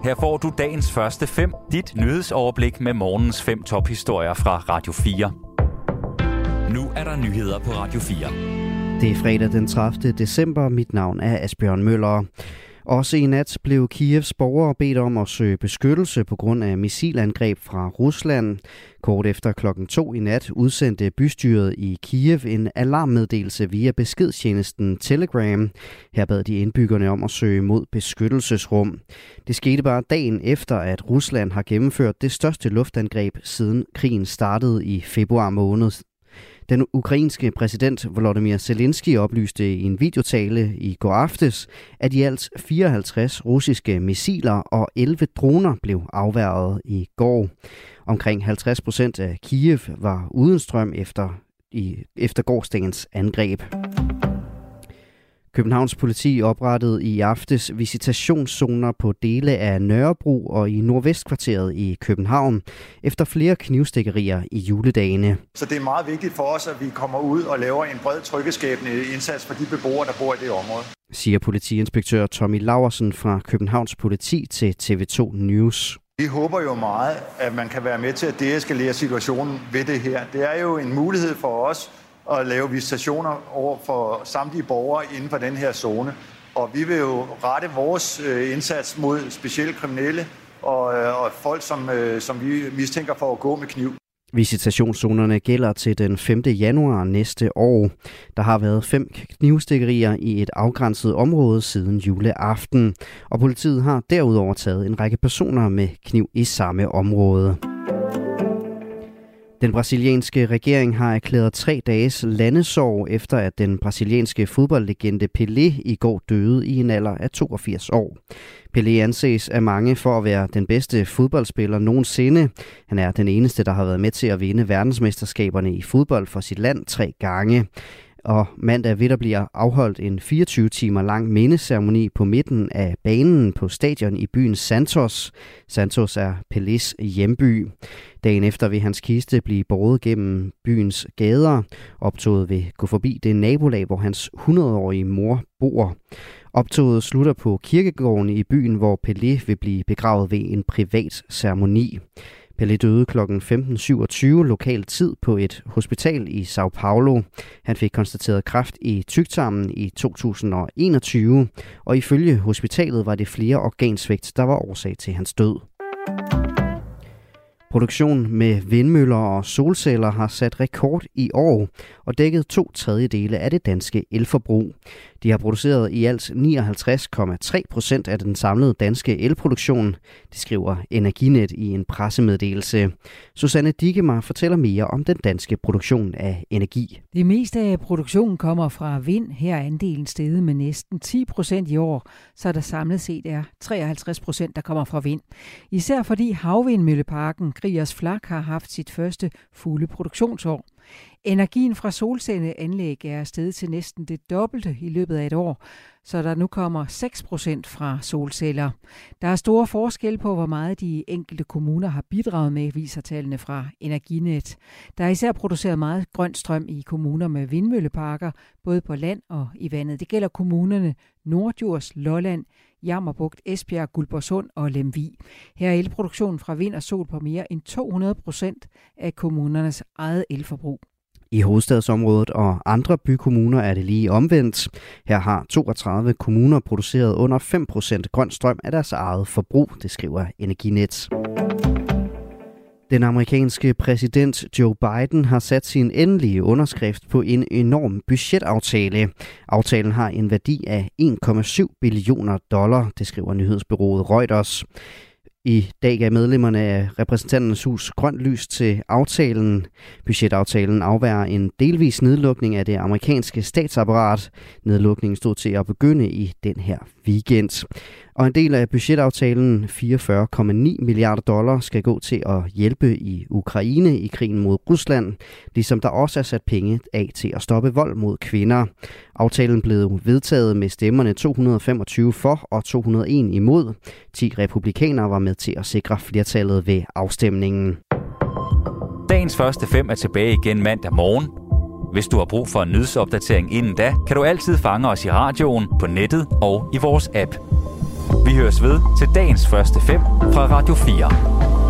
Her får du dagens første 5, dit nyhedsoverblik med morgens 5 tophistorier fra Radio 4. Nu er der nyheder på Radio 4. Det er fredag den 30. december. Mit navn er Asbjørn Møller. Også i nat blev Kievs borgere bedt om at søge beskyttelse på grund af missilangreb fra Rusland. Kort efter klokken 2 i nat udsendte bystyret i Kiev en alarmmeddelelse via beskedstjenesten Telegram. Her bad de indbyggerne om at søge mod beskyttelsesrum. Det skete bare dagen efter, at Rusland har gennemført det største luftangreb siden krigen startede i februar måned. Den ukrainske præsident Volodymyr Zelensky oplyste i en videotale i går aftes, at i alt 54 russiske missiler og 11 droner blev afværget i går. Omkring 50% af Kiev var uden strøm efter gårsdagens angreb. Københavns politi oprettede i aftes visitationszoner på dele af Nørrebro og i Nordvestkvarteret i København efter flere knivstikkerier i juledagene. Så det er meget vigtigt for os, at vi kommer ud og laver en bred tryggeskabende indsats for de beboere, der bor i det område, siger politiinspektør Tommy Laursen fra Københavns politi til TV2 News. Vi håber jo meget, at man kan være med til at deeskalere situationen ved det her. Det er jo en mulighed for os at lave visitationer over for samtlige borgere inden for den her zone. Og vi vil jo rette vores indsats mod specielle kriminelle og folk, som vi mistænker for at gå med kniv. Visitationszonerne gælder til den 5. januar næste år. Der har været 5 knivstikkerier i et afgrænset område siden juleaften. Og politiet har derudover taget en række personer med kniv i samme område. Den brasilianske regering har erklæret 3 dages landesorg efter, at den brasilianske fodboldlegende Pelé i går døde i en alder af 82 år. Pelé anses af mange for at være den bedste fodboldspiller nogensinde. Han er den eneste, der har været med til at vinde verdensmesterskaberne i fodbold for sit land 3 gange. Og mandag vil der blive afholdt en 24 timer lang mindeceremoni på midten af banen på stadion i byen Santos. Santos er Pelés hjemby. Dagen efter vil hans kiste blive båret gennem byens gader. Optoget vil gå forbi det nabolag, hvor hans 100-årige mor bor. Optoget slutter på kirkegården i byen, hvor Pelé vil blive begravet ved en privat ceremoni. Pelé døde kl. 15.27 lokal tid på et hospital i São Paulo. Han fik konstateret kræft i tyktarmen i 2021, og ifølge hospitalet var det flere organsvigt, der var årsag til hans død. Produktion med vindmøller og solceller har sat rekord i år og dækket 2/3 af det danske elforbrug. De har produceret i alt 59,3% af den samlede danske elproduktion, det skriver Energinet i en pressemeddelelse. Susanne Dikemar fortæller mere om den danske produktion af energi. Det meste af produktionen kommer fra vind. Her er andelen steget med næsten 10% i år, så der samlet set er 53%, der kommer fra vind. Især fordi havvindmølleparken Kriegers Flak har haft sit første fulde produktionsår. Energien fra solcelleanlæg er steget til næsten det dobbelte i løbet af et år, så der nu kommer 6% fra solceller. Der er store forskel på, hvor meget de enkelte kommuner har bidraget med, viser tallene fra Energinet. Der er især produceret meget grøn strøm i kommuner med vindmølleparker, både på land og i vandet. Det gælder kommunerne Norddjurs, Lolland, Jammerbugt, Esbjerg, Guldborgsund og Lemvig. Her er elproduktionen fra vind og sol på mere end 200% af kommunernes eget elforbrug. I hovedstadsområdet og andre bykommuner er det lige omvendt. Her har 32 kommuner produceret under 5% grøn strøm af deres eget forbrug, det skriver Energinet. Den amerikanske præsident Joe Biden har sat sin endelige underskrift på en enorm budgetaftale. Aftalen har en værdi af $1,7 billioner, det skriver nyhedsbureauet Reuters. I dag gav medlemmerne af repræsentanternes hus grønt lys til aftalen. Budgetaftalen afværger en delvis nedlukning af det amerikanske statsapparat. Nedlukningen stod til at begynde i den her weekend. Og en del af budgetaftalen, $44,9 milliarder, skal gå til at hjælpe i Ukraine i krigen mod Rusland, ligesom der også er sat penge af til at stoppe vold mod kvinder. Aftalen blev vedtaget med stemmerne 225 for og 201 imod. 10 republikanere var med til at sikre flertallet ved afstemningen. Dagens første 5 er tilbage igen mandag morgen. Hvis du har brug for en nyhedsopdatering inden da, kan du altid fange os i radioen, på nettet og i vores app. Vi høres ved til dagens første 5 fra Radio 4.